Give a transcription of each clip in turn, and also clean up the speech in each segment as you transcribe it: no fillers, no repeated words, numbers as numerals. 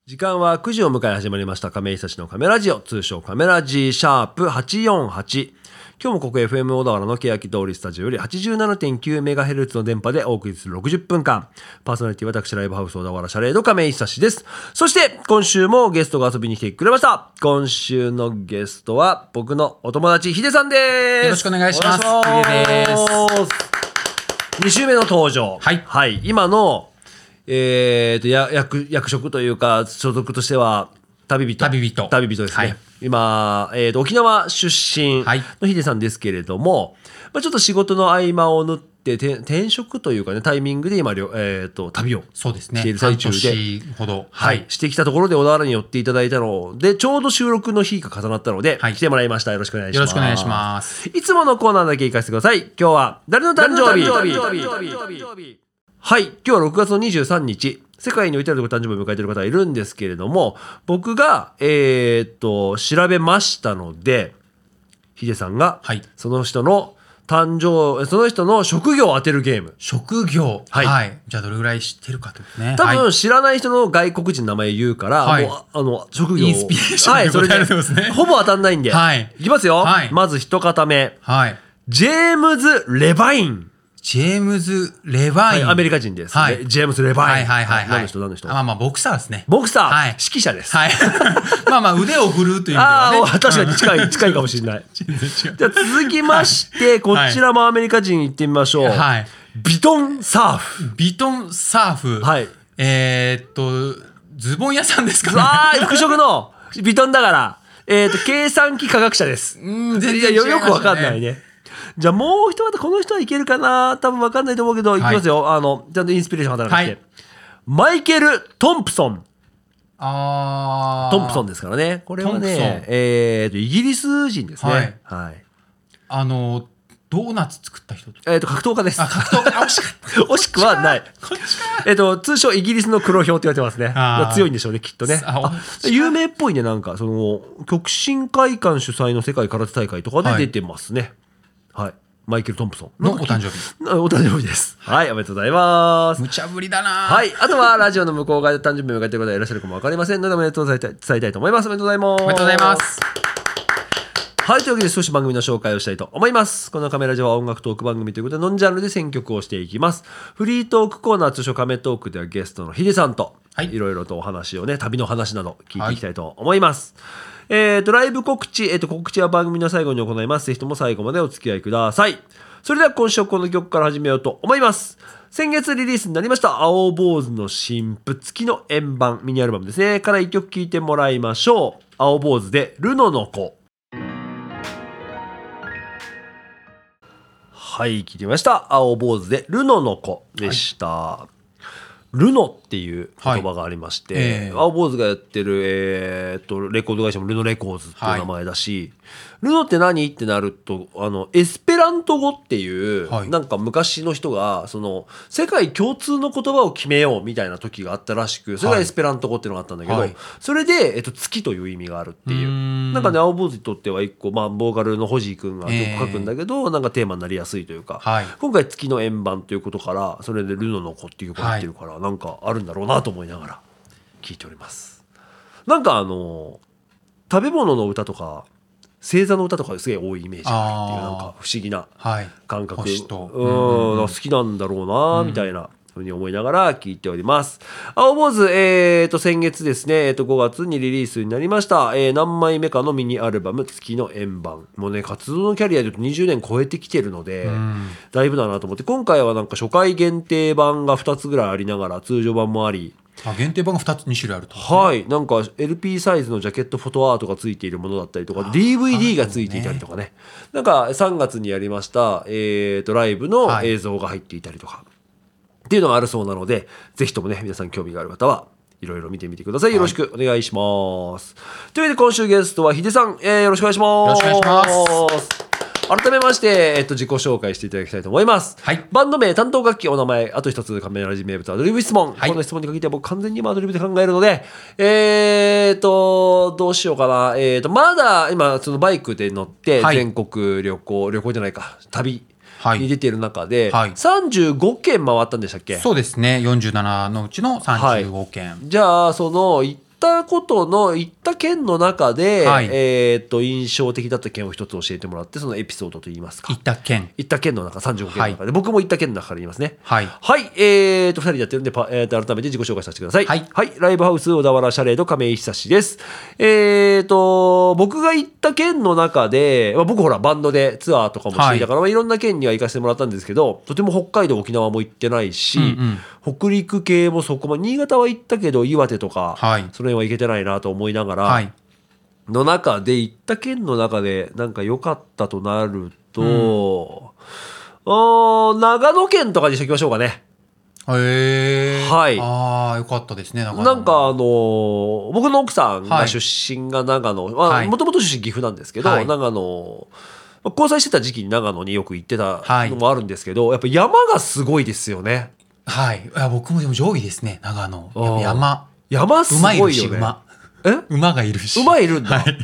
時間は9時を迎え始まりました亀井久志のカメラジオ、通称カメラGシャープ848。今日もここ FM 小田原の欅通りスタジオより 87.9MHz の電波でお送りする60分間。パーソナリティは私ライブハウス小田原シャレード亀井久志です。そして今週もゲストが遊びに来てくれました。今週のゲストは僕のお友達ヒデさんです。 よろしくお願いします。ヒデです。 2週目の登場。 はい、 今の役職というか所属としては旅人ですね、はい、今、沖縄出身のヒデさんですけれども、ちょっと仕事の合間を縫って転職というかね、タイミングで今、旅をしている最中で、 半年ほど、 してきたところで小田原に寄っていただいたので、ちょうど収録の日が重なったので、来てもらいました。よろしくお願いします。 よろしくお願いします。 いつものコーナーだけ行かせてください。今日は誰の誕生日？はい、今日は6月の23日、世界においての誕生日を迎えている方がいるんですけれども、僕が、調べましたので、ヒデさんが、その人の職業を当てるゲーム。 職業、じゃあどれぐらい知ってるかというね。 多分知らない人の外国人の名前言うから、もう職業をインスピレーションで答えてますね。 ほぼ当たんないんで、いきますよ。まず一方目、ジェームズ・レバイン。 ジェームズ・レバイン、 アメリカ人です、ジェームズ・レバイン、何の人ボクサーですね。 ボクサー、指揮者です。 腕を振るうという意味ではね。 確かに近いかもしれない。じゃあ続きましてこちらもアメリカ人行ってみましょう。ビトンサーフ。 ズボン屋さんですかね。 服飾のビトンだから計算機科学者です。 全然違いましたね。 よくわかんないね。じゃあもう一方、この人はいけるかな、多分分かんないと思うけど、いきますよ。ちゃんとインスピレーション働いて、マイケル・トンプソン。トンプソンですからね。これはね、イギリス人ですね。 ドーナツ作った人。 格闘家です。 格闘家、惜しかった。 惜しくはない。通称イギリスの黒豹って言われてますね。強いんでしょうね、きっとね。有名っぽいね、なんか極真会館主催の世界空手大会とかで出てますね。マイケル・トンプソンのお誕生日。 お誕生日です。おめでとうございます。 無茶ぶりだな。 あとはラジオの向こう側で誕生日を迎えている方がいらっしゃるかも分かりませんので、おめでとう伝えたいと思います。おめでとうございます。 おめでとうございます。 というわけで少し番組の紹介をしたいと思います。このカメラジオは音楽トーク番組ということでノンジャンルで選曲をしていきます。フリートークコーナー、通称カメトークではゲストのヒデさんといろいろとお話をね、旅の話など聞いていきたいと思います。ライブ告知、告知は番組の最後に行います。ぜひとも最後までお付き合いください。それでは今週はこの曲から始めようと思います。先月リリースになりました青坊主の新譜月の円盤ミニアルバムですねから1曲聴いてもらいましょう。青坊主でルノの子。聴いてみました。青坊主でルノの子でした。ルノっていう言葉がありまして、青坊主がやってる、レコード会社もルノレコーズっていう名前だし、ルノって何ってなるとエスペラント語っていう、なんか昔の人が世界共通の言葉を決めようみたいな時があったらしく、それがエスペラント語っていうのがあったんだけど、それで、月という意味があるっていう、なんかね、青坊主にとっては一個、ボーカルのホジー君が曲書くんだけど、なんかテーマになりやすいというか、今回月の円盤ということからそれでルノの子っていう曲が入ってるから、なんかあるんだろうなと思いながら聴いております。なんか食べ物の歌とか星座の歌とかすげえ多いイメージがあるっていう、なんか不思議な感覚、好きなんだろうなみたいなふうに思いながら聴いております。青坊主、先月ですね、5月にリリースになりました、何枚目かのミニアルバム月の円盤。もうね、活動のキャリアで20年超えてきてるので、だいぶだなと思って、今回はなんか初回限定版が2つぐらいありながら通常版もあり、 限定版が2種類あると、 なんか LP サイズのジャケットフォトアートがついているものだったりとか DVD がついていたりとかね、なんか3月にやりました、ライブの映像が入っていたりとか、っていうのがあるそうなので、ぜひともね、皆さん興味がある方はいろいろ見てみてください。よろしくお願いします。というわけで今週ゲストはヒデさん、よろしくお願いします。 よろしくお願いします。 改めまして、自己紹介していただきたいと思います。バンド名、担当楽器、お名前、あと一つカメラジ名物アドリブ質問、この質問に限っては僕完全にアドリブで考えるので、どうしようかな。まだ今そのバイクで乗って全国旅行じゃないか、旅に出ている中で、35件回ったんでしたっけ？ そうですね。47のうちの35件。 じゃあその行っったことの行った県の中で、 はい印象的だった県を一つ教えてもらって、そのエピソードといいますか、 行った県。 行った県の中、35県の中で、僕も行った県の中から言いますね。 はい。 はい、2人でやってるんで、改めて自己紹介させてください。 はいライブハウス小田原シャレード亀井久志です。僕が行った県の中で、僕ほらバンドでツアーとかもしていたから、いろんな県には行かせてもらったんですけど、とても北海道沖縄も行ってないし、北陸系もそこまで、新潟は行ったけど岩手とか、 はい、 その辺は行けてないなと思いながら、 はい、 の中で行った県の中でなんか良かったとなると、長野県とかにしておきましょうかね。 へえ。 はい。 ああ、よかったですね。 なんか僕の奥さんが出身が長野、もともと出身岐阜なんですけど、長野、交際してた時期に長野によく行ってたのもあるんですけど、やっぱ山がすごいですよね。 はい。いや、僕もでも上位ですね、長野。 山すごいよね。 馬がいるし。 馬いるんだ。はい、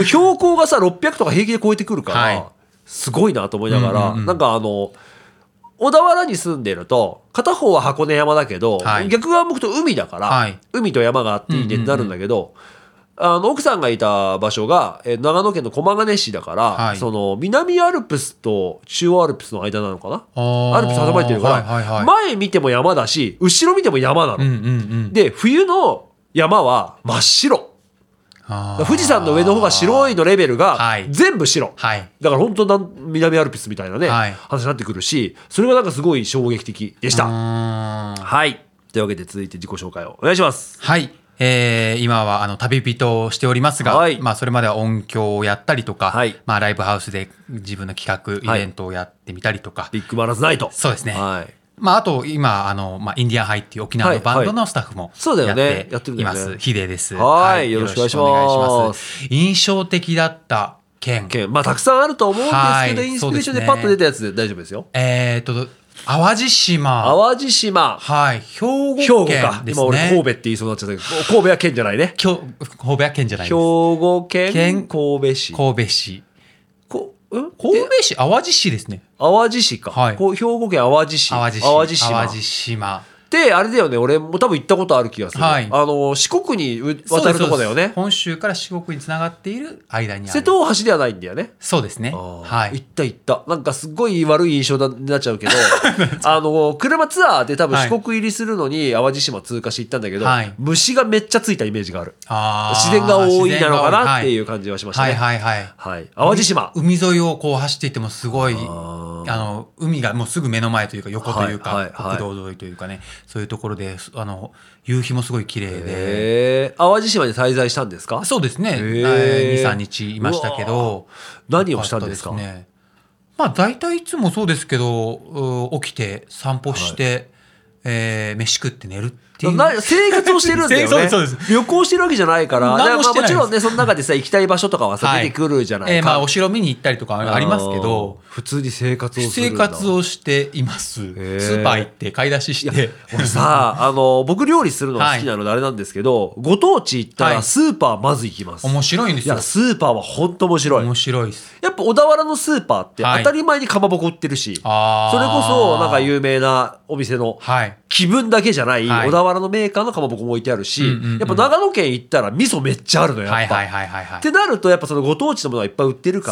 標高がさ、600とか平気で超えてくるから、はい、すごいなと思いながら、なんか小田原に住んでると片方は箱根山だけど、はい、逆側向くと海だから、はい、海と山があっていいねってなるんだけど、奥さんがいた場所が長野県の駒ヶ根市だから、はい、その南アルプスと中央アルプスの間なのかな、アルプス挟まれてるから、前見ても山だし後ろ見ても山なの、で冬の山は真っ白、富士山の上の方が白いのレベルが全部白、はい、だから本当南アルプスみたいなね、はい、話になってくるし、それがなんかすごい衝撃的でした。はい、というわけで続いて自己紹介をお願いします。 はい、今は旅人をしておりますが、はい、それまでは音響をやったりとか、はい、ライブハウスで自分の企画イベントをやってみたりとか、 ビッグマラスナイト、 そうですね、はい、あと今インディアンハイっていう沖縄のバンドのスタッフもやっています。ヒデです。 はい、よろしくお願いします。 印象的だった県、 たくさんあると思うんですけど、インスピレーションでパッと出たやつで大丈夫ですよ。 淡路島。はい。兵庫県ですね。 今俺神戸って言いそうになっちゃったけど、神戸は県じゃないね。 神戸は県じゃないです。 兵庫県神戸市。 神戸市。神戸市、淡路市ですね。 淡路市か。はい、兵庫県淡路市。淡路島。 で、あれだよね、俺も多分行ったことある気がする。はい、四国に渡るとこだよね。 本州から四国につながっている間にある。 瀬戸大橋ではないんだよね。 そうですね。はい。 行った。なんかすごい悪い印象になっちゃうけど、車ツアーで多分四国入りするのに淡路島通過して行ったんだけど、はい、虫がめっちゃついたイメージがある。自然が多いなのかなっていう感じはしましたね。はい。淡路島。 海沿いをこう走っていってもすごい、海がもうすぐ目の前というか横というか、国道沿いというかね、そういうところで夕日もすごい綺麗で。 淡路島に滞在したんですか？ そうですね。2、3日いましたけど。 何をしたんですか？ 大体いつもそうですけど、起きて散歩して、飯食って寝るっていう生活をしてるんだよね。 そうです。 旅行してるわけじゃないから、もちろんね、その中でさ、行きたい場所とかはさ、出てくるじゃないか。 お城見に行ったりとかありますけど、 普通に生活をするんだ。 生活をしています。スーパー行って買い出しして。 俺さ、僕料理するのが好きなのであれなんですけど、ご当地行ったらスーパーまず行きます。 面白いんですよ。 いや、スーパーは本当面白い。 面白いです。 やっぱ小田原のスーパーって当たり前にかまぼこ売ってるし、それこそなんか有名なお店の気分だけじゃない小田原のメーカーのかまぼこも置いてあるし、やっぱ長野県行ったら味噌めっちゃあるのよ、やっぱ。ってなるとやっぱそのご当地のものがいっぱい売ってるから、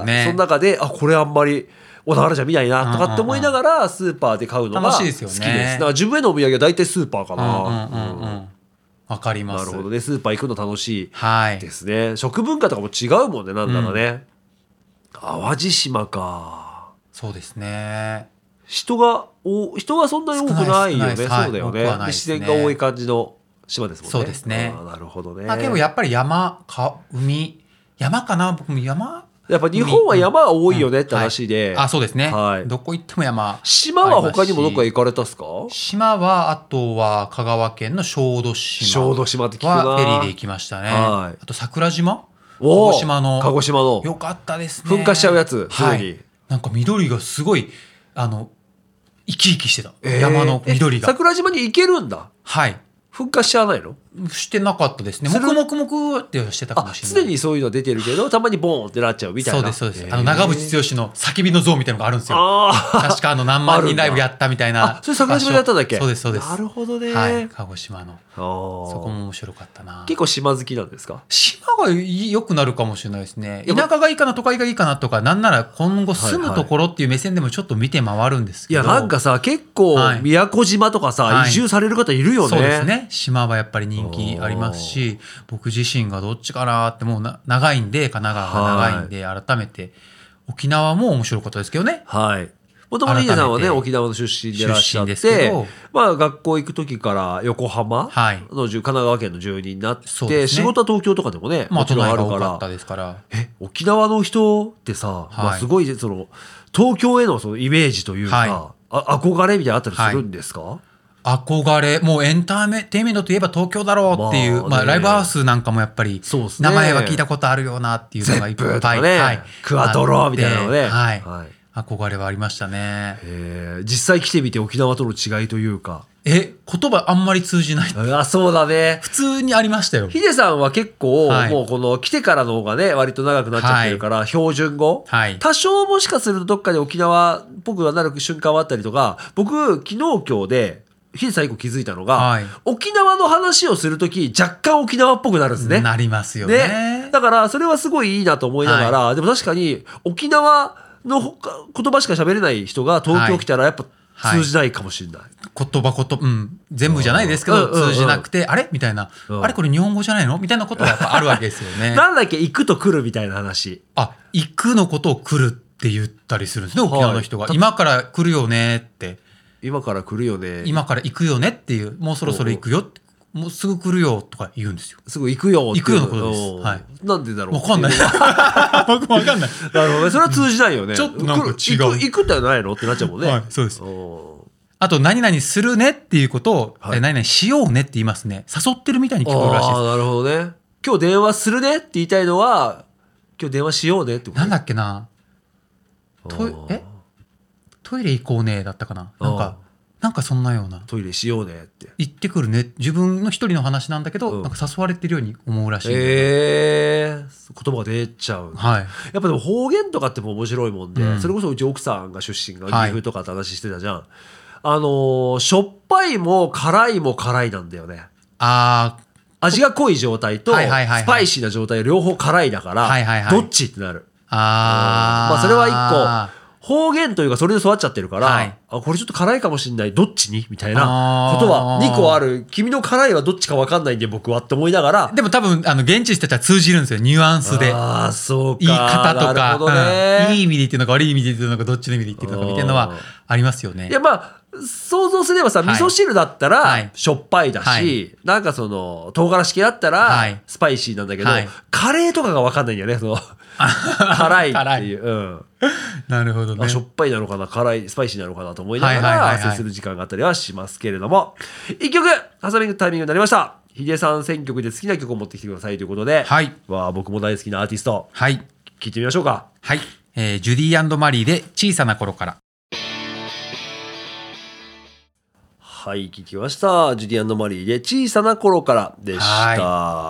その中でこれあんまり小田原じゃ見ないなとかって思いながらスーパーで買うのが好きです。だから自分へのお土産は大体スーパーかな。 わかります。 なるほどね。スーパー行くの楽しいですね。食文化とかも違うもんね、なんだかね。淡路島か。 そうですね。 人がそんなに多くないよね。そうだよね。自然が多い感じの島ですもんね。 そうですね。 なるほどね。 でもやっぱり海山かな。僕も山。 やっぱ日本は山が多いよねって話で。 そうですね。どこ行っても山。 島は他にもどっか行かれたっすか？ 島はあとは香川県の小豆島。 小豆島って聞くな。 はフェリーで行きましたね。あと桜島。鹿児島の。よかったですね。 噴火しちゃうやつ。 なんか緑がすごい生き生きしてた。山の緑が。 桜島に行けるんだ。 はい。 噴火しちゃわないの？ してなかったですね。黙々黙ってしてたかもしれない。 常にそういうの出てるけどたまにボーンってなっちゃうみたいな。 そうです。長渕剛の叫びの像みたいなのがあるんですよ。確か何万人ライブやったみたいな。 それ桜島でやったんだっけ。 そうです。 なるほどね。 はい、鹿児島の。そこも面白かったな。 結構島好きなんですか。 島が良くなるかもしれないですね。田舎がいいかな都会がいいかなとか、なんなら今後住むところっていう目線でもちょっと見て回るんですけど。 いやなんかさ結構宮古島とかさ、移住される方いるよね。 そうですね。島はやっぱり人気ありますし、僕自身がどっちかなってもう長いんで、神奈川が長いんで、改めて沖縄も面白かったですけどね。 はい。もともとヒデさんはね沖縄の出身でいらっしゃって、まあ学校行く時から横浜の神奈川県の住人になって、仕事は東京とかでもねもちろんあるから。沖縄の人ってさ、すごいその東京へのそのイメージというか、憧れみたいなのあったりするんですか。 憧れ、もうエンターテインメントといえば東京だろうっていう、ライブハウスなんかもやっぱり名前は聞いたことあるようなっていうのがいっぱい、 クワトロみたいなのね、 憧れはありましたね。 実際来てみて沖縄との違いというか。 言葉あんまり通じない。 そうだね。 普通にありましたよ。 ヒデさんは結構、もうこの来てからの方がね割と長くなっちゃってるから、標準語、多少もしかするとどっかで沖縄っぽくなる瞬間はあったりとか、僕昨日今日でヒデさん一個気づいたのが、沖縄の話をするとき若干沖縄っぽくなるんですね。 なりますよね。 だからそれはすごいいいなと思いながら、でも確かに沖縄の言葉しか喋れない人が東京来たらやっぱ通じないかもしれない。 全部じゃないですけど通じなくて、あれみたいな、あれこれ日本語じゃないのみたいなことがやっぱあるわけですよね。 なんだっけ、行くと来るみたいな話。 行くのことを来るって言ったりするんですね、沖縄の人が。今から来るよねって。 今から来るよね。 今から行くよねっていう、もうそろそろ行くよって。もうすぐ来るよとか言うんですよ。 すぐ行くよって。 行くよのことです。 なんでだろう。 わかんない。僕もわかんない。 なるほど。それは通じないよね。 ちょっとなんか違う。 行くってないのってなっちゃうもんね。 そうです。あと、何々するねっていうことを、何々しようねって言いますね。誘ってるみたいに聞こえるらしいです。 なるほどね。今日電話するねって言いたいのは、今日電話しようねってこと。 なんだっけな。トイレ行こうねだったかな。なんかそんなような。 トイレしようねって。 行ってくるね。自分の一人の話なんだけど、なんか誘われてるように思うらしい。 言葉が出ちゃう。 やっぱでも方言とかっても面白いもんで、それこそうち奥さんが出身が岐阜とかって話してたじゃん。しょっぱいも辛いも辛いなんだよね。味が濃い状態とスパイシーな状態両方辛いだから、どっちってなる。それは一個。方言というかそれで育っちゃってるから、これちょっと辛いかもしんない、どっちにみたいなことは2個ある。君の辛いはどっちか分かんないんで僕はって思いながら。 でも多分現地の人たちは通じるんですよ、ニュアンスで。 そうか。 言い方とか、いい意味で言ってるのか悪い意味で言ってるのかどっちの意味で言ってるのかみたいなのはありますよね。 いや想像すればさ、味噌汁だったらしょっぱいだし、なんかその唐辛子系だったらスパイシーなんだけど、カレーとかが分かんないんだよね、その辛いっていう。 なるほどね。 しょっぱいなのかな、辛いスパイシーなのかなと思いながら接する時間があったりはしますけれども、一曲挟むタイミングになりました。ヒデさん選曲で好きな曲を持ってきてくださいということで、僕も大好きなアーティスト、聴いてみましょうか。 ジュディ&マリーで小さな頃から。 聞きました。ジュディ&マリーで小さな頃からでした。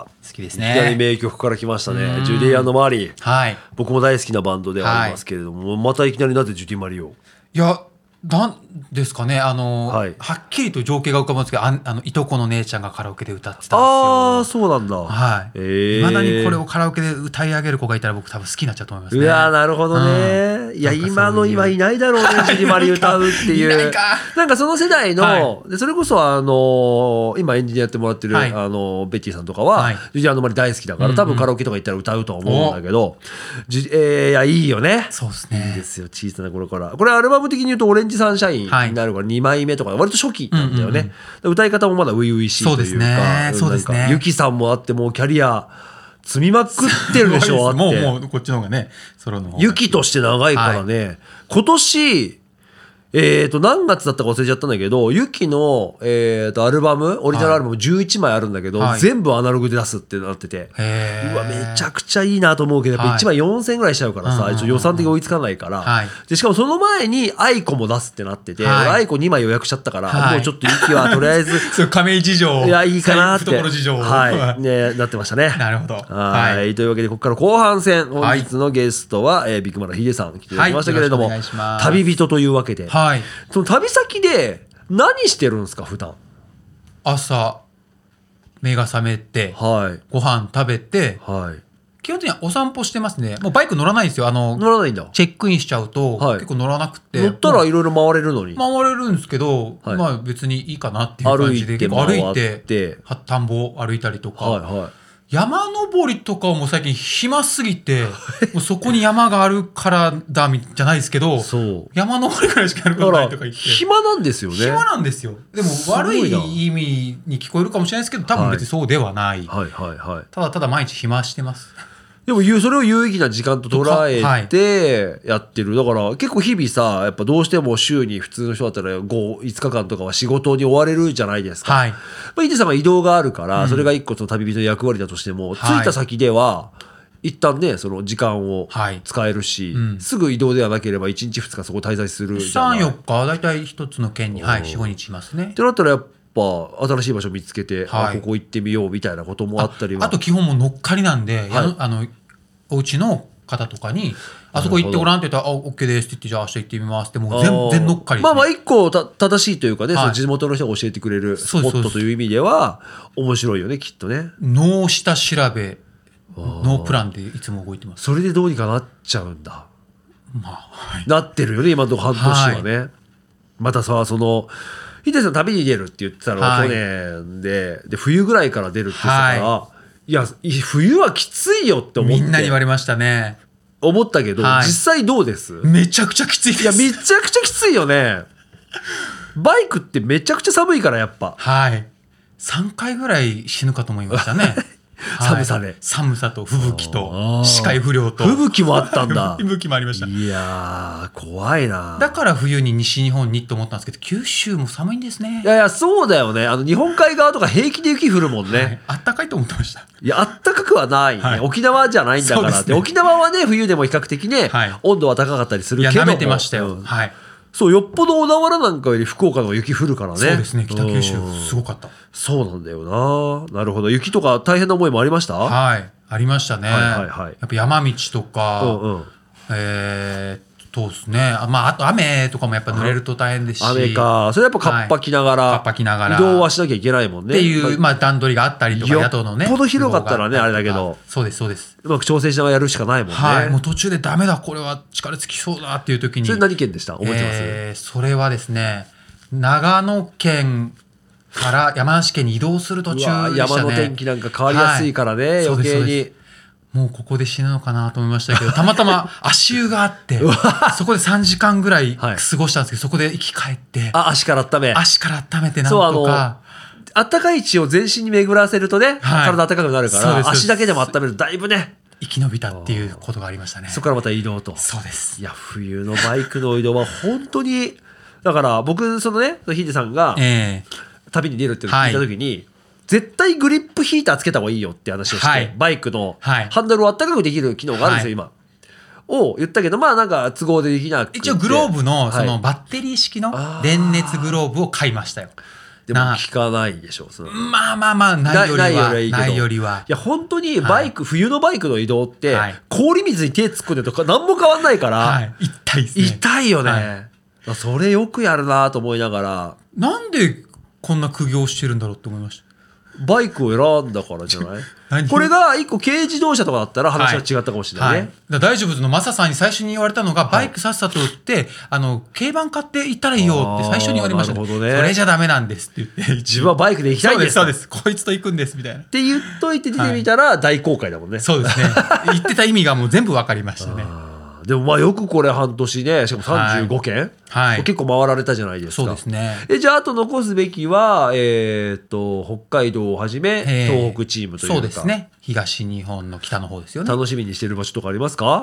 好きですね。 いきなり名曲から来ましたね。ジュディ&マリー。僕も大好きなバンドではありますけれども、またいきなりなぜジュディ・マリーを。 いや、なんですかね、はっきりと情景が浮かぶんですけど、いとこの姉ちゃんがカラオケで歌ってたんですよ。 そうなんだ。 いまだにこれをカラオケで歌い上げる子がいたら僕多分好きになっちゃうと思いますね。 なるほどね。いや、今いないだろうね、ジュディ・マリー歌うっていう。 いないか。 なんかその世代の、それこそ今エンジニアやってもらってるベッティさんとかは、ジュディ&マリー大好きだから、多分カラオケとか行ったら歌うとは思うんだけど、いや、いいよね。 そうですね。 いいですよ、小さな頃から。これアルバム的に言うとオレンジサンシャインになるから2枚目とか割と初期なんだよね。歌い方もまだ初々しいというか、 そうですね。 ゆきさんもあってもうキャリア積みまくってるでしょ。 もうこっちの方がね、 ゆきとして長いからね。今年何月だったか忘れちゃったんだけど、ユキの、アルバム、オリジナルアルバム11枚あるんだけど、 はい、 全部アナログで出すってなってて、うわ、めちゃくちゃいいなと思うけど、やっぱ1枚4000円ぐらいしちゃうからさ、予算的に追いつかないから、はい、で、しかもその前にアイコも出すってなってて、はい、俺アイコ2枚予約しちゃったから、はい、もうちょっとユキはとりあえず、 そう、亀井事情。 いや、いいかなって。 懐事情。 はい。ね、なってましたね。 なるほど。 はい。というわけで、ここから後半戦、本日のゲストは、ビッグマラヒデさん来ていただきましたけれども、旅人というわけで、はい。その旅先で何してるんですか、普段。 朝、目が覚めて、はい。ご飯食べて、はい。基本的にはお散歩してますね。もうバイク乗らないんですよ。 乗らないんだ。 チェックインしちゃうと、はい、結構乗らなくて。 乗ったらいろいろ回れるのに。 回れるんですけど、はい、まあ別にいいかなっていう感じで、結構歩いて、田んぼを歩いたりとか、はいはい、山登りとかをもう最近暇すぎて、もうそこに山があるからだじゃないですけど、山登りくらいしかやることないとか言って。 暇なんですよね。 暇なんですよ。でも悪い意味に聞こえるかもしれないですけど、多分別にそうではない。はいはいはい、ただただ毎日暇してます。 でもそれを有意義な時間と捉えてやってる。だから結構日々さ、やっぱどうしても週に普通の人だったら5日間とかは仕事に追われるじゃないですか。はい。ヒデさんが移動があるから、それが一個の旅人の役割だとしても、着いた先では、一旦ね、その時間を使えるし、すぐ移動ではなければ1日2日そこ滞在するじゃない。 3、4日、だいたい一つの県に、4、5日いますね。 ってなったらやっぱ新しい場所見つけて、ここ行ってみようみたいなこともあったりは。 あと基本も乗っかりなんで、お家の方とかにあそこ行ってごらんって言ったら、OK ですって言って、じゃあ明日行ってみますって、もう全然乗っかりですね。 まあ一個正しいというかね、その地元の人が教えてくれるスポットという意味では面白いよね、きっとね。 ノー下調べ、ノープランでいつも動いてます。 それでどうにかなっちゃうんだ。 まあ、はい、 なってるよね、今のところ半年はね。はい、またさ、ヒデさん旅に出るって言ってたのが去年で、冬ぐらいから出るって言ってたから、いや、冬はきついよって思って。 みんなに言われましたね。 思ったけど、実際どうです？ めちゃくちゃきついです。 いや、めちゃくちゃきついよね。バイクってめちゃくちゃ寒いから、やっぱ。 はい。3回ぐらい死ぬかと思いましたね。 寒さで、 寒さと吹雪と視界不良と吹雪もあったんだ。 吹雪もありました。 いやー、怖いな。 だから冬に西日本にと思ったんですけど、九州も寒いんですね。 いやいや、そうだよね。日本海側とか平気で雪降るもんね。はい、 あったかいと思ってました。 いや、あったかくはない、ね、はい、沖縄じゃないんだからって、ね、沖縄はね、冬でも比較的ね、はい、温度は高かったりするけども。 いや、舐めてましたよ。はい。 そう、よっぽど小田原なんかより福岡の雪降るからね。そうですね、北九州すごかった。 そうなんだよな。なるほど。雪とか大変な思いもありました？ はい、ありましたね。はいはいはい。やっぱ山道とか、そうですね。まあ、あと雨とかもやっぱ濡れると大変ですし。 雨か。それやっぱカッパ着ながら、 カッパ着ながら移動はしなきゃいけないもんね。 っていう、まあ段取りがあったりとか、宿のね。 よっぽど広かったらね、あれだけど。 そうです、そうです。 うまく調整しながらやるしかないもんね。 はい。もう途中でダメだ、これは力尽きそうだっていう時に。 それ何県でした？覚えてます？ それはですね、長野県から山梨県に移動する途中でしたね。 山の天気なんか変わりやすいからね、余計に。 もうここで死ぬのかなと思いましたけど、たまたま足湯があってそこで3時間ぐらい過ごしたんですけど、そこで生き返って、 足から温めてなんとか。 あったかい血を全身に巡らせるとね、体温かくなるから、足だけでも温めるとだいぶね生き延びたっていうことがありましたね。 そこからまた移動と。 そうです。 いや、冬のバイクの移動は本当に、だから僕ヒデさんが旅に出るって聞いた時に、絶対グリップヒーターつけた方がいいよって話をして、バイクのハンドルをあったかくできる機能があるんですよ、今。を言ったけど、まあなんか都合でできなくて。 一応グローブのそのバッテリー式の電熱グローブを買いましたよ。 でも効かないでしょ。 まあないよりは。 いや本当にバイク、冬のバイクの移動って、氷水に手突っ込んでとか何も変わんないから、 痛いですね。 痛いよね。それよくやるなと思いながら。 なんでこんな苦行してるんだろうって思いました。 バイクを選んだからじゃないこれが一個軽自動車とかだったら話は違ったかもしれないね。 大丈夫のマサさんに最初に言われたのが、バイクさっさと売って、軽バン買って行ったらいいよって最初に言われました。なるほどね。それじゃダメなんですって言って。 自分はバイクで行きたいんです。 そうです。こいつと行くんですみたいな。 って言っといて出てみたら大公開だもんね。 そうですね。言ってた意味がもう全部分かりましたね。 でもまあよくこれ半年ね、しかも35件、結構回られたじゃないですか。 そうですね。 じゃああと残すべきは、北海道をはじめ東北チームというか。 そうですね。東日本の北の方ですよね。 楽しみにしてる場所とかありますか？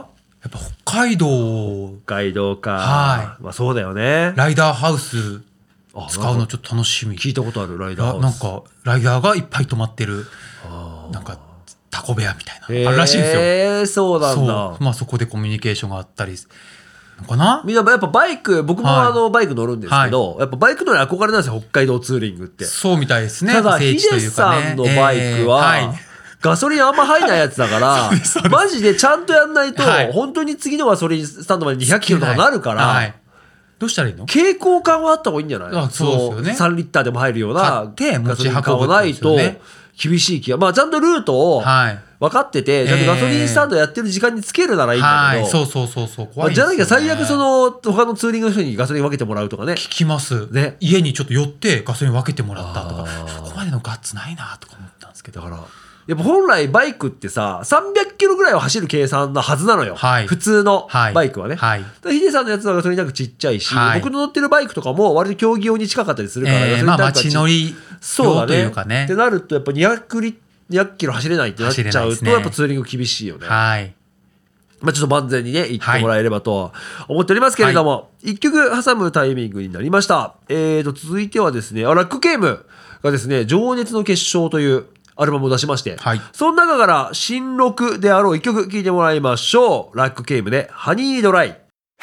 やっぱ北海道か。 はい。 まあそうだよね。 ライダーハウス使うのちょっと楽しみ。 聞いたことあるライダーハウス。 なんかライダーがいっぱい泊まってるなんかタコ部屋みたいなあるらしいんですよ。 そうなんだ。 まあそこでコミュニケーションがあったりのかな。 みんなやっぱバイク、僕もバイク乗るんですけど、やっぱバイク乗り憧れなんですよ、北海道ツーリングって。 そうみたいですね。 ただヒデさんのバイクは、ガソリンあんま入んないやつだからマジでちゃんとやんないと、本当に次のガソリンスタンドまで200キロとかなるから、 どうしたらいいの？ 蛍光管はあった方がいいんじゃない？ そうですよね。 3リッターでも入るようなガソリン管はないと厳しい気が、まあちゃんとルートを分かってて、ちゃんとガソリンスタンドやってる時間につけるならいいんだけど、 そう怖いですよね。 じゃなきゃ最悪他のツーリングの人にガソリン分けてもらうとかね。 聞きますね。家にちょっと寄ってガソリン分けてもらったとか、そこまでのガッツないなとか思ったんですけど。 だからやっぱ本来バイクってさ300キロぐらいは走る計算なはずなのよ、普通のバイクはね。ヒデさんのやつのガソリンタンクちっちゃいし、僕の乗ってるバイクとかも割と競技用に近かったりするから、ガソリンタンクは街乗り用というかね。 ってなるとやっぱ200キロ走れないってなっちゃうと、やっぱツーリング厳しいよね。まあちょっと万全にね行ってもらえればと思っておりますけれども、一曲挟むタイミングになりました。続いてはですね、ラックケームがですね、情熱の結晶というアルバムを出しまして、その中から新録であろう一曲聴いてもらいましょう。ラックケームでハニードライ。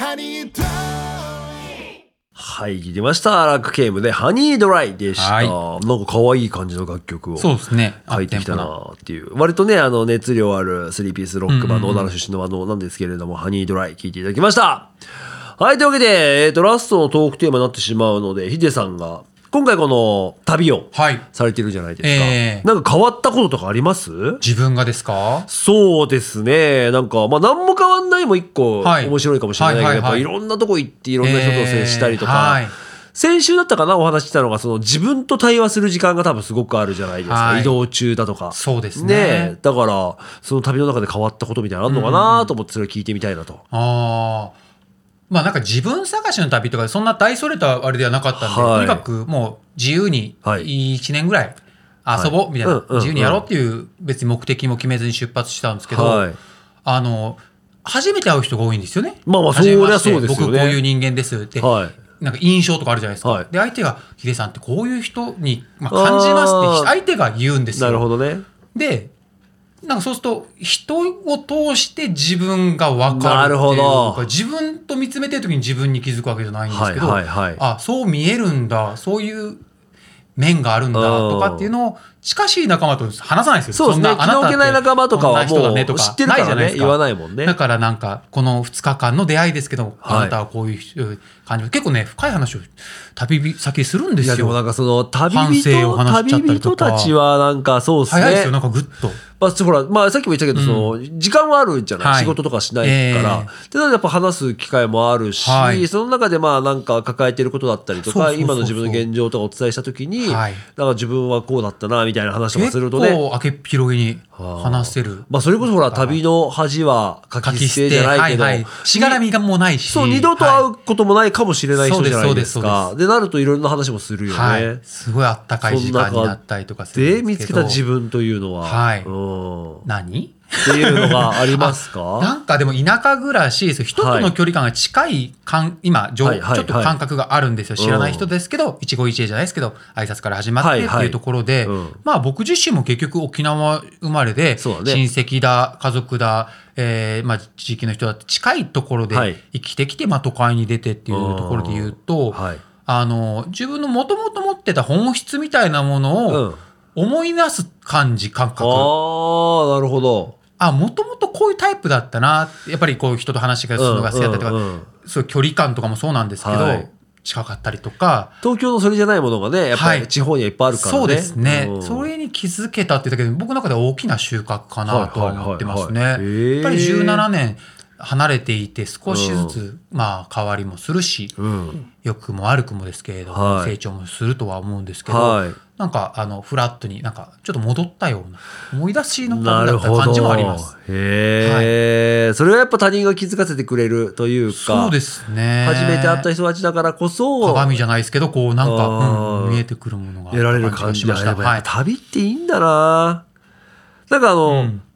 はい、出ました。ラックケームでハニードライでした。なんか可愛い感じの楽曲を書いてきたなっていう。割とね、熱量あるスリーピースロックバンド、小田原出身のバンドなんですけれども、ハニードライ聴いていただきました。はい、というわけで、ラストのトークテーマになってしまうので、ヒデさんが今回この旅をされてるじゃないですか。なんか変わったこととかあります？ 自分がですか？ そうですね。なんかまあ何も変わんないも一個面白いかもしれないけど、やっぱいろんなとこ行っていろんな人と接したりとか、先週だったかなお話ししたのが、その自分と対話する時間が多分すごくあるじゃないですか、移動中だとか。 そうですね。 だからその旅の中で変わったことみたいなのあるのかなと思って、それを聞いてみたいなと。 まあなんか自分探しの旅とかそんな大それたあれではなかったんで、とにかくもう自由に1年ぐらい遊ぼうみたいな、自由にやろうっていう別に目的も決めずに出発したんですけど、初めて会う人が多いんですよね。 まあまあそりゃそうですよね。 僕こういう人間ですって、なんか印象とかあるじゃないですか。で相手がヒデさんってこういう人に感じますって相手が言うんですよ。 なるほどね。 でなんかそうすると人を通して自分が分かるっていうか、自分と見つめてる時に自分に気づくわけじゃないんですけど、そう見えるんだ、そういう面があるんだとかっていうのを近しい仲間と話さないですよ。 そうですね。気の置けない仲間とかはもう知ってるからね、言わないもんね。 だからなんかこの2日間の出会いですけど、あなたはこういう感じ、結構ね深い話を旅先するんですよ。 いやでもなんかその旅人たちはなんかそうですね。 早いですよ、なんかグッと。 ほら、まあさっきも言ったけど、その時間はあるじゃない、仕事とかしないから。でやっぱ話す機会もあるし、その中でまあなんか抱えてることだったりとか、今の自分の現状とかお伝えした時に、なんか自分はこうだったなみたいな話とかするとね、 結構明けっ広げに話せる。 まあそれこそほら旅の恥はかき捨てじゃないけど、 しがらみがもうないし、 そう二度と会うこともないかもしれない人じゃないですか。でなるといろんな話もするよね。 すごいあったかい時間になったりとかするんですけど。 で見つけた自分というのは、 何っていうのがありますか？ なんかでも田舎暮らし、人との距離感が近い今ちょっと感覚があるんですよ。知らない人ですけど、一期一会じゃないですけど挨拶から始まってっていうところで、まあ僕自身も結局沖縄生まれで、親戚だ家族だ、まあ地域の人だって近いところで生きてきて、まあ都会に出てっていうところで言うと、自分のもともと持ってた本質みたいなものを思い出す感覚。 なるほど。 もともとこういうタイプだったな、やっぱりこういう人と話がするのが好きだったりとか、そういう距離感とかもそうなんですけど、近かったりとか、 東京のそれじゃないものがねやっぱり地方にはいっぱいあるからね。 そうですね、それに気づけたって言ったけど、僕の中では大きな収穫かなと思ってますね。やっぱり17年離れていて少しずつまあ変わりもするし、良くも悪くもですけれども、成長もするとは思うんですけど、なんかフラットになんかちょっと戻ったような思い出しの旅だった感じもあります。 それはやっぱ他人が気づかせてくれるというか、 そうですね、 初めて会った人たちだからこそ鏡じゃないですけど、こうなんか、見えてくるものが得られる感じがしました。旅っていいんだな。なんか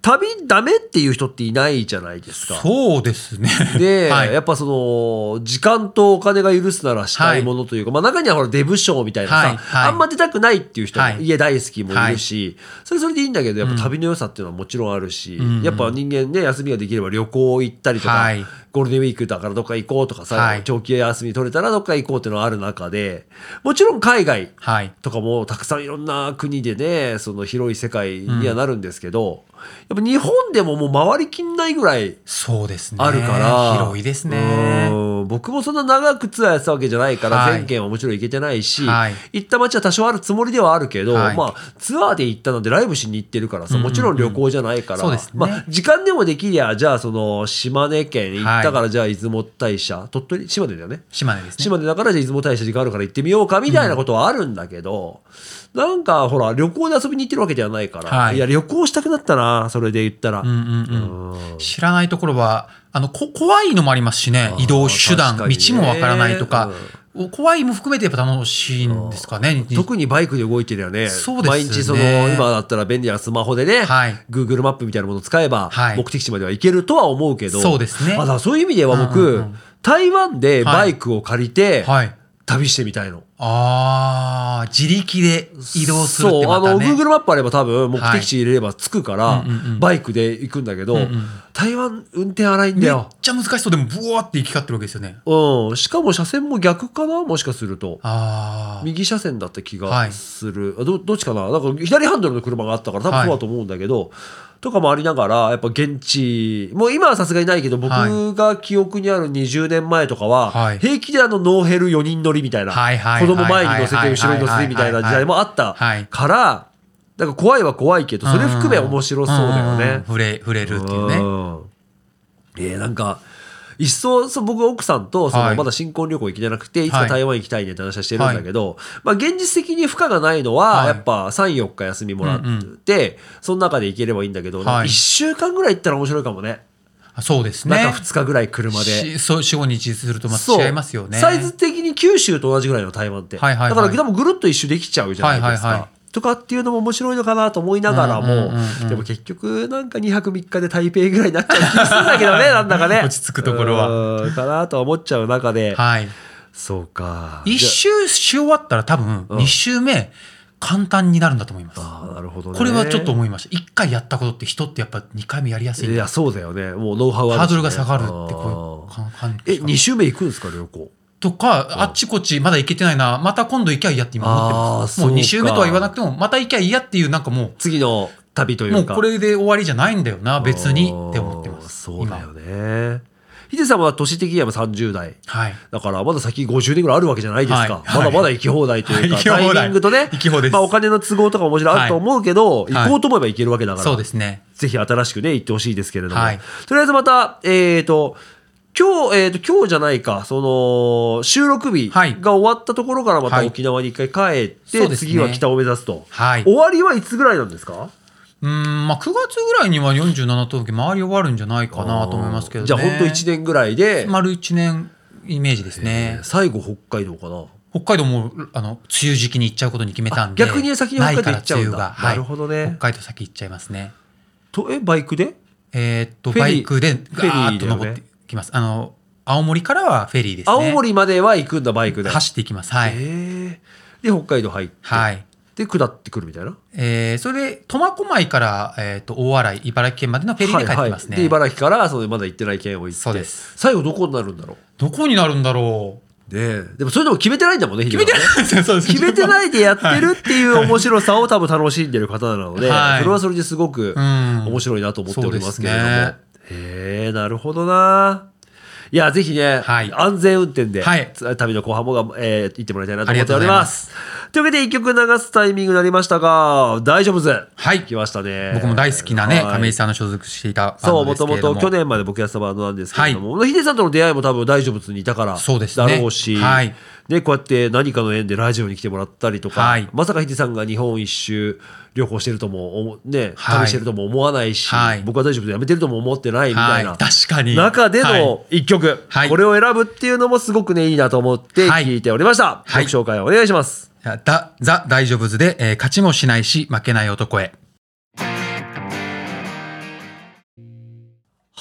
旅ダメっていう人っていないじゃないですか。 そうですね。 で、 はい、 やっぱその時間とお金が許すならしたいものというか、中にはほらデブ賞みたいなさ、あんま出たくないっていう人も、家大好きもいるし、それでいいんだけど、やっぱ旅の良さっていうのはもちろんあるし、やっぱ人間ね、休みができれば旅行行ったりとか、ゴールデンウィークだからどっか行こうとかさ、長期休み取れたらどっか行こうっていうのがある中で、もちろん海外とかもたくさんいろんな国でね、その広い世界にはなるんですけど、やっぱ日本でももう回りきんないぐらいあるから、 広いですね。 僕もそんな長くツアーやってたわけじゃないから、全県はもちろん行けてないし、行った街は多少あるつもりではあるけど、ツアーで行ったのでライブしに行ってるからさ、もちろん旅行じゃないから、時間でもできりゃ、じゃあその島根県行ったから、じゃあ出雲大社、鳥取、島根だよね。 島根ですね。 島根だからじゃあ出雲大社時間あるから行ってみようかみたいなことはあるんだけど、なんかほら旅行で遊びに行ってるわけではないから、いや旅行したくなったな、それで言ったら。 知らないところは怖いのもありますしね。移動手段、道もわからないとか、怖いも含めてやっぱ楽しいんですかね。 特にバイクで動いてるよね。 そうですね。 毎日その今だったら便利なスマホでね、Google マップみたいなものを使えば目的地までは行けるとは思うけど、 そうですね。 だからそういう意味では僕、台湾でバイクを借りて旅してみたいの。 自力で移動するってまたね。 Google マップあれば多分目的地入れれば着くから、バイクで行くんだけど、台湾運転荒いんだよ。 めっちゃ難しそうでもブワーって行き交ってるわけですよね。 しかも車線も逆かな、もしかすると。右車線だった気がする。どっちかな、なんか左ハンドルの車があったから多分そうだと思うんだけど、とかもありながら、やっぱ現地もう今はさすがにないけど、僕が記憶にある20年前とかは、平気でノーヘル4人乗りみたいな、子供前に乗せて後ろに乗せてみたいな時代もあったから、なんか怖いは怖いけど、それ含め面白そうだよね。 触れるっていうね。 なんか一層僕奥さんとまだ新婚旅行行きじゃなくて、いつか台湾行きたいねって話はしてるんだけど、現実的に負荷がないのはやっぱ 3,4 日休みもらって、その中で行ければいいんだけど、1週間ぐらい行ったら面白いかもね。 そうですね。 なんか2日ぐらい車で 4、5日するとまた違いますよね。 サイズ的に九州と同じぐらいの台湾って、だからでもぐるっと一周できちゃうじゃないですか。とかっていうのも面白いのかなと思いながらも、でも結局なんか2泊3日で台北ぐらいになっちゃう気がするんだけどね、なんだかね。 落ち着くところはかなと思っちゃう中で、そうか。 1周し終わったら多分2周目簡単になるんだと思います。 なるほどね。 これはちょっと思いました。1回やったことって人ってやっぱ2回目やりやすい。 いやそうだよね。もうノウハウあるしね。 ハードルが下がるってこういう感じ。 2周目行くんですか、旅行とか、あっちこっちまだ行けてないな、また今度行きゃいいやって今思ってます。もう2週目とは言わなくてもまた行きゃいいやっていう、なんかもう次の旅というか、 もうこれで終わりじゃないんだよな、別にって思ってます。 そうだよね。ヒデさんは年的には30代、だからまだ先50年ぐらいあるわけじゃないですか。まだまだ行き放題というか、タイミングとね、お金の都合とかももちろんあると思うけど、行こうと思えば行けるわけだから、 そうですね。 ぜひ新しくね行ってほしいですけれども、とりあえずまた今日じゃないか、その収録日が終わったところからまた沖縄に一回帰って、次は北を目指すと。終わりはいつぐらいなんですか？ 9月ぐらいには47都道府県回り終わるんじゃないかなと思いますけどね。 じゃあ本当1年ぐらいで丸1年イメージですね。 最後北海道かな。 北海道も梅雨時期に行っちゃうことに決めたんで、 逆に先に北海道行っちゃうんだ。なるほどね。 北海道先行っちゃいますね。 バイクで？ バイクでガーッと登ってきます。青森からはフェリーですね。 青森までは行くんだ、バイクで。 走っていきます。 で北海道入って、で下ってくるみたいな。 それで苫小牧から大洗、茨城県までのフェリーで帰ってきますね。 で茨城からまだ行ってない県を行って、そうです。最後どこになるんだろう。 どこになるんだろう。 でもそれでも決めてないんだもんね。 決めてない。 決めてないでやってるっていう面白さを多分楽しんでる方なので、それはそれですごく面白いなと思っておりますけれども。なるほどな。いやぜひね、安全運転で、旅の後半も行ってもらいたいなと思っております。というわけで1曲流すタイミングになりましたが、大丈夫です。来ましたね。 僕も大好きなね、亀井さんの所属していたバンドですけれども、 もともと去年まで僕やってたバンドなんですけれども、ヒデさんとの出会いも多分大丈夫にいたからだろうし、でこうやって何かの縁でラジオに来てもらったりとか、まさかヒデさんが日本一周旅行してるともね、旅してるとも思わないし、僕は大丈夫でやめてるとも思ってないみたいな中での一曲、これを選ぶっていうのもすごくねいいなと思って聞いておりました。曲紹介をお願いします。 ザ・大丈夫ズで、勝ちもしないし負けない男へ。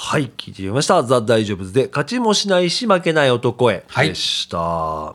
はい、聞いてみました。ザ・大丈夫ズで勝ちもしないし負けない男へでした。はい。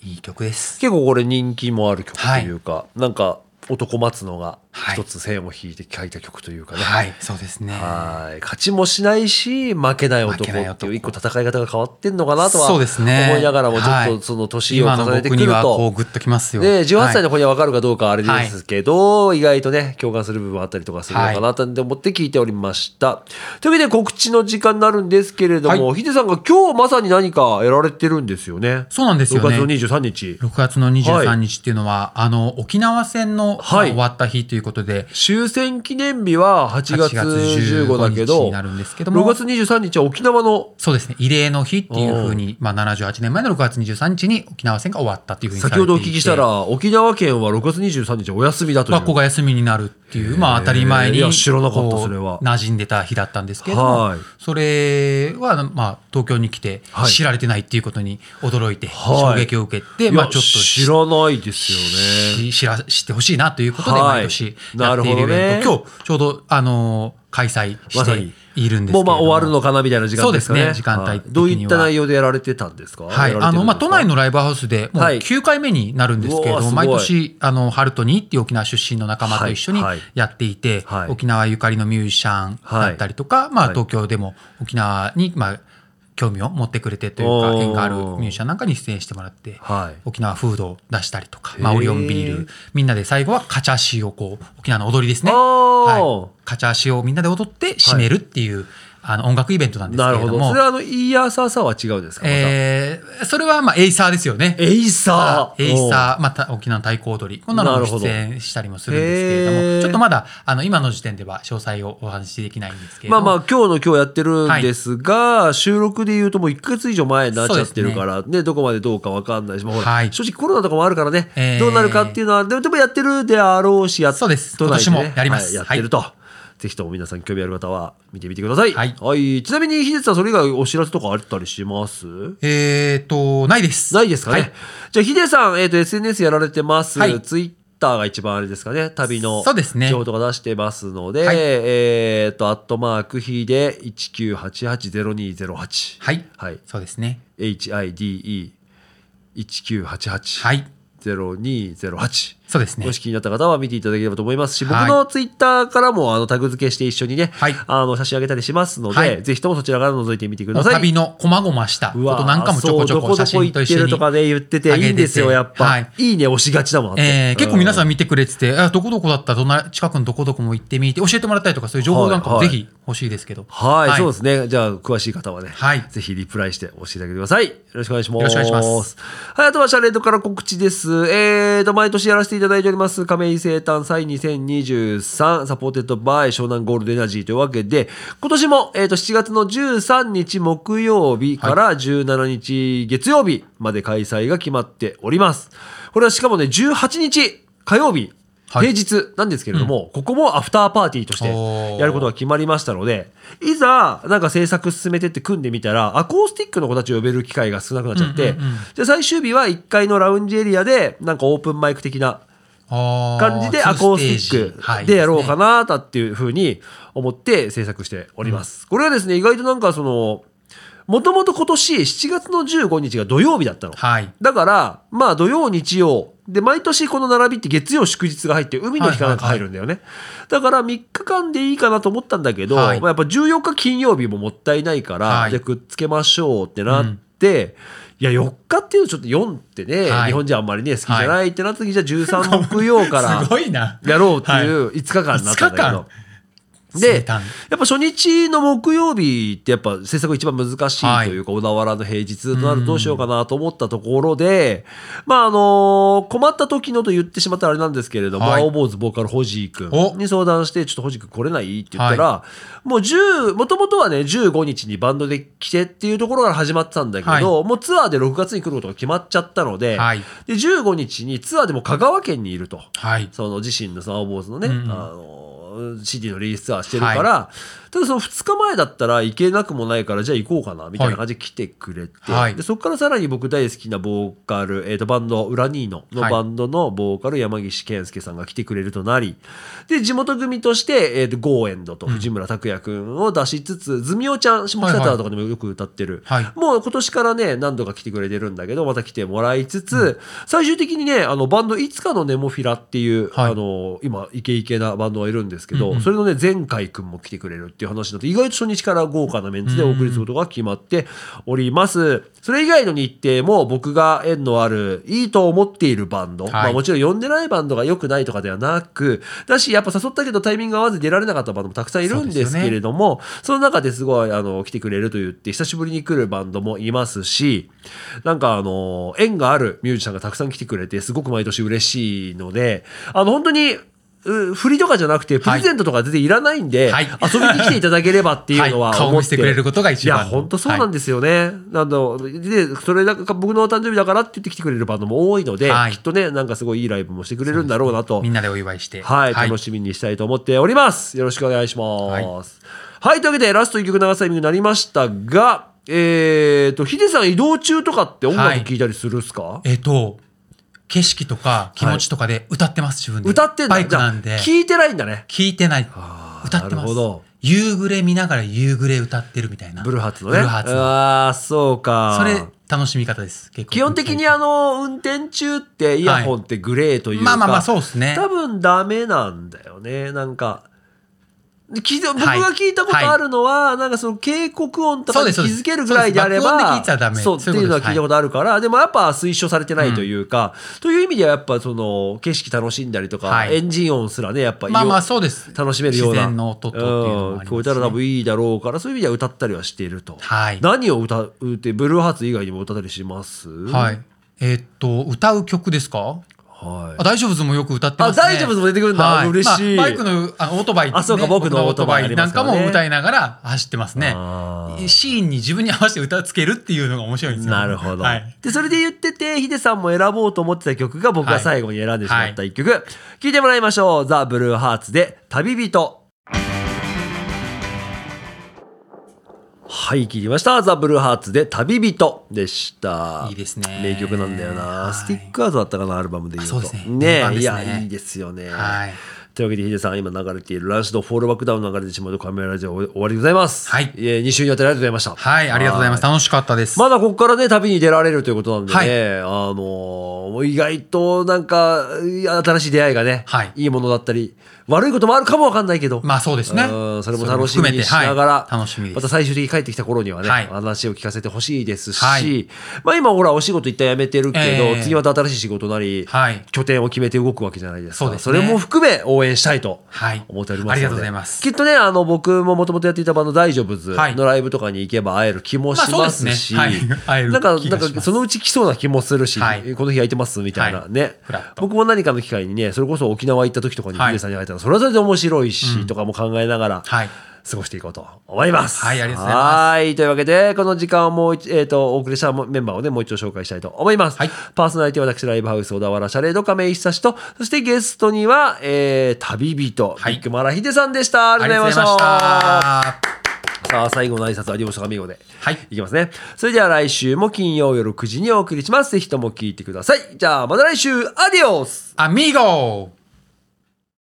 いい曲です。 結構これ人気もある曲というか、なんか男松野が一つ線を引いて書いた曲というかね。 はい、そうですね。 はい。勝ちもしないし負けない男っていう一個戦い方が変わってんのかなとは思いながらも、ちょっとその年を重ねてくると、今の僕にはこうグッときますよ。 で、18歳の子には分かるかどうかはあれですけど、意外とね、共感する部分あったりとかするのかなと思って聞いておりました。というわけで告知の時間になるんですけれども、ヒデさんが今日まさに何かやられてるんですよね。 そうなんですよね。 6月の23日。 6月の23日っていうのは、沖縄戦の終わった日ということで、 終戦記念日は8月15だけど、6月23日は沖縄の、 そうですね、慰霊の日っていうふうに、78年前の6月23日に沖縄戦が終わったっていうふうにされていて、 先ほどお聞きしたら沖縄県は6月23日はお休みだという、 学校が休みになるっていう、当たり前に知らなかった。それは馴染んでた日だったんですけれども、それは東京に来て知られてないっていうことに驚いて、衝撃を受けて、ちょっと知らないですよね。 知ってほしいなということで毎年やっているイベント、今日ちょうど開催しているんですけれども、 もう終わるのかなみたいな時間ですかね。 そうですね、時間帯的には。 どういった内容でやられてたんですか？ はい、都内のライブハウスでもう9回目になるんですけれども、毎年ハルトニーっていう沖縄出身の仲間と一緒にやっていて、沖縄ゆかりのミュージシャンだったりとか、東京でも沖縄に興味を持ってくれてというか、縁があるミュージシャンなんかに出演してもらって、沖縄フードを出したりとか、オリオンビール、みんなで最後はカチャシを沖縄の踊りですね、カチャシをみんなで踊って締めるっていう、音楽イベントなんですけれども。 なるほど。それはイヤーサーサーは違うんですか？ それはエイサーですよね。 エイサー。 エイサー、また沖縄の太鼓踊り。こんなのも出演したりもするんですけれども、ちょっとまだ今の時点では詳細をお話しできないんですけれども。 今日やってるんですが、収録で言うともう1ヶ月以上前になっちゃってるから、ね、どこまでどうか分かんないし、正直コロナとかもあるからね、どうなるかっていうのは、でもやってるであろうし、 そうです。今年もやります。 やってると。ぜひとも皆さん興味ある方は見てみてください。はい。ちなみに秀さん、それ以外お知らせとかあったりします？ ないです。 ないですかね。じゃあ秀さん、SNS やられてます。ツイッターが一番あれですかね。旅の情報とか出してますので、@ヒデ19880208。 はい。そうですね。 HIDE1988。はい。0208。 そうですね。 もし気になった方は見ていただければと思いますし、僕のツイッターからもタグ付けして一緒にね、写真上げたりしますので、ぜひともそちらから覗いてみてください。 旅のこまごましたことなんかもちょこちょこ写真と一緒にどこどこ行ってるとかで言ってていいんですよ、やっぱ。いいね押しがちだもん。 結構皆さん見てくれてて、どこどこだったら近くのどこどこも行ってみて教えてもらったりとか、そういう情報なんかもぜひ欲しいですけど。 はい、そうですね。じゃあ詳しい方はね、ぜひリプライして教えてあげてください。よろしくお願いします。よろしくお願いします。はい、あとはシャレードから告知です。毎年やらせていただいております亀井生誕祭2023サポーテッドバイ湘南ゴールドエナジーというわけで、今年も、7月の13日木曜日から17日月曜日まで開催が決まっております。これはしかもね18日火曜日平日なんですけれども、ここもアフターパーティーとしてやることが決まりましたので、いざなんか制作進めてって組んでみたらアコースティックの子たちを呼べる機会が少なくなっちゃって、じゃあ最終日は1階のラウンジエリアでなんかオープンマイク的な感じでアコースティックでやろうかなっていうふうに思って制作しております。これはですね、意外となんかもともと今年7月の15日が土曜日だったの。だから土曜日曜で毎年この並びって月曜祝日が入って海の日かなんか入るんだよね。だから3日間でいいかなと思ったんだけど、やっぱ14日金曜日ももったいないから、じゃあくっつけましょうってなって、いや4日っていうのちょっと4ってね、日本人あんまりね好きじゃないってなった時、じゃあ13木曜からやろうっていう5日間になったんだけど、でやっぱ初日の木曜日ってやっぱ制作が一番難しいというか、小田原の平日となるとどうしようかなと思ったところで、困った時のと言ってしまったらあれなんですけれども、青坊主ボーカルホジー君に相談して、ちょっとホジー君来れないって言ったら、もともとはね15日にバンドで来てっていうところから始まってたんだけど、もうツアーで6月に来ることが決まっちゃったので、で15日にツアーでも香川県にいると、その自身の青坊主のね、 CD のリリースツアーしてるから、ただその2日前だったら行けなくもないからじゃあ行こうかなみたいな感じで来てくれて、でそこからさらに僕大好きなボーカル、バンドウラニーノのバンドのボーカル山岸健介さんが来てくれるとなり、で地元組として、ゴーエンドと藤村拓哉君を出しつつ、ズミオちゃん下北沢とかでもよく歌ってる、もう今年からね何度か来てくれてるんだけど、また来てもらいつつ、最終的にねバンドいつかのネモフィラっていう、今イケイケなバンドがいるんですけど、それのね前回君も来てくれるっていう話になって、意外と初日から豪華なメンツでお送りすることが決まっております。それ以外の日程も僕が縁のあるいいと思っているバンド、もちろん呼んでないバンドが良くないとかではなくだし、やっぱ誘ったけどタイミング合わず出られなかったバンドもたくさんいるんですけれども、その中ですごい来てくれると言って久しぶりに来るバンドもいますし、なんか縁があるミュージシャンがたくさん来てくれてすごく毎年嬉しいので、本当に振りとかじゃなくてプレゼントとか全然いらないんで、遊びに来ていただければっていうのは思って、 顔見せてくれることが一番。 いや本当そうなんですよね。でそれだから僕のお誕生日だからって言って来てくれるバンドも多いので、きっとねなんかすごいいいライブもしてくれるんだろうなと、 みんなでお祝いして、 楽しみにしたいと思っております。よろしくお願いします。というわけでラスト1曲流すタイミングになりましたが、ヒデさん移動中とかって音楽聴いたりするっすか？ 景色とか気持ちとかで歌ってます、自分で。 歌ってんだ。 バイクなんで。 聞いてないんだね。 聞いてない。歌ってます。なるほど。夕暮れ見ながら夕暮れ歌ってるみたいな。 ブルーハーツのね。 ブルーハーツの。 ああ、そうか。 それ楽しみ方です。 結構基本的に運転中ってイヤホンってグレーというか、 まあそうですね。 多分ダメなんだよね。なんか。僕が聞いたことあるのは、なんかその警告音とかに気づけるぐらいであれば、そうっていうのは聞いたことあるから、でもやっぱ推奨されてないというか、という意味ではやっぱその景色楽しんだりとか、エンジン音すらねやっぱそうです。 楽しめるような自然の音とっていうのもありますね。 聞こえたら多分いいだろうから、そういう意味では歌ったりはしていると。何を歌うってブルーハーツ以外にも歌ったりします？ 歌う曲ですか？大丈夫ズもよく歌ってますね。 大丈夫ズも出てくるんだ。嬉しい。 バイクのオートバイ、 そうか、僕のオートバイなんかも歌いながら走ってますね。シーンに自分に合わせて歌をつけるっていうのが面白いんですよ。 なるほど。でそれで言ってて、ヒデさんも選ぼうと思ってた曲が僕が最後に選んでしまった一曲、聴いてもらいましょう。ザ・ブルーハーツで旅人。聞きました。ザ・ブルーハーツで旅人でした。 いいですね。 名曲なんだよな。スティックアウトだったかな、アルバムで言うと。 そうですね。 ね、いやいいですよね。というわけでヒデさん、今流れているランシドフォールバックダウン流れてしまうとカメララジオ終わりでございます。2週にわたりありがとうございました。 ありがとうございます。楽しかったです。 まだここからね旅に出られるということなんでね、意外となんか新しい出会いがね、いいものだったり悪いこともあるかもわかんないけど、 そうですね。 それも楽しみにしながら、 楽しみです。 また最終的に帰ってきた頃にはね、話を聞かせてほしいですし、今ほらお仕事一旦辞めてるけど、次また新しい仕事なり、拠点を決めて動くわけじゃないですか。それも含め応援したいと思っておりますので、 ありがとうございます。 きっとね僕ももともとやっていたバンド大丈夫ズのライブとかに行けば会える気もしますし、なんかそのうち来そうな気もするし、この日空いてますみたいなね。僕も何かの機会にね、それこそ沖縄行った時とかにヒデさんに会えたらそれはそれで面白いし、とかも考えながら過ごしていこうと思います。 ありがとうございます。 というわけでこの時間をもうお送りしたメンバーをねもう一度紹介したいと思います。パーソナリティは私ライブハウス小田原シャレード亀井久志と、そしてゲストには、旅人ビッグマラヒデさんでした。ありがとうございました。さあ最後の挨拶は有吉上郷でいきますね。それでは来週も金曜夜9時にお送りします。ぜひとも聞いてください。じゃあまた来週、アディオスアミーゴ。